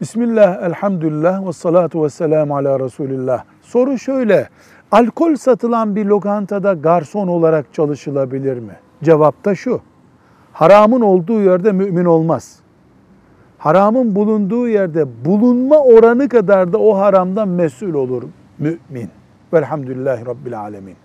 Bismillah, elhamdülillah ve salatu ve selamu ala Resulillah. Soru şöyle, alkol satılan bir lokantada garson olarak çalışılabilir mi? Cevap da şu, haramın olduğu yerde mümin olmaz. Haramın bulunduğu yerde bulunma oranı kadar da o haramdan mesul olur mümin. Velhamdülillahi Rabbil alemin.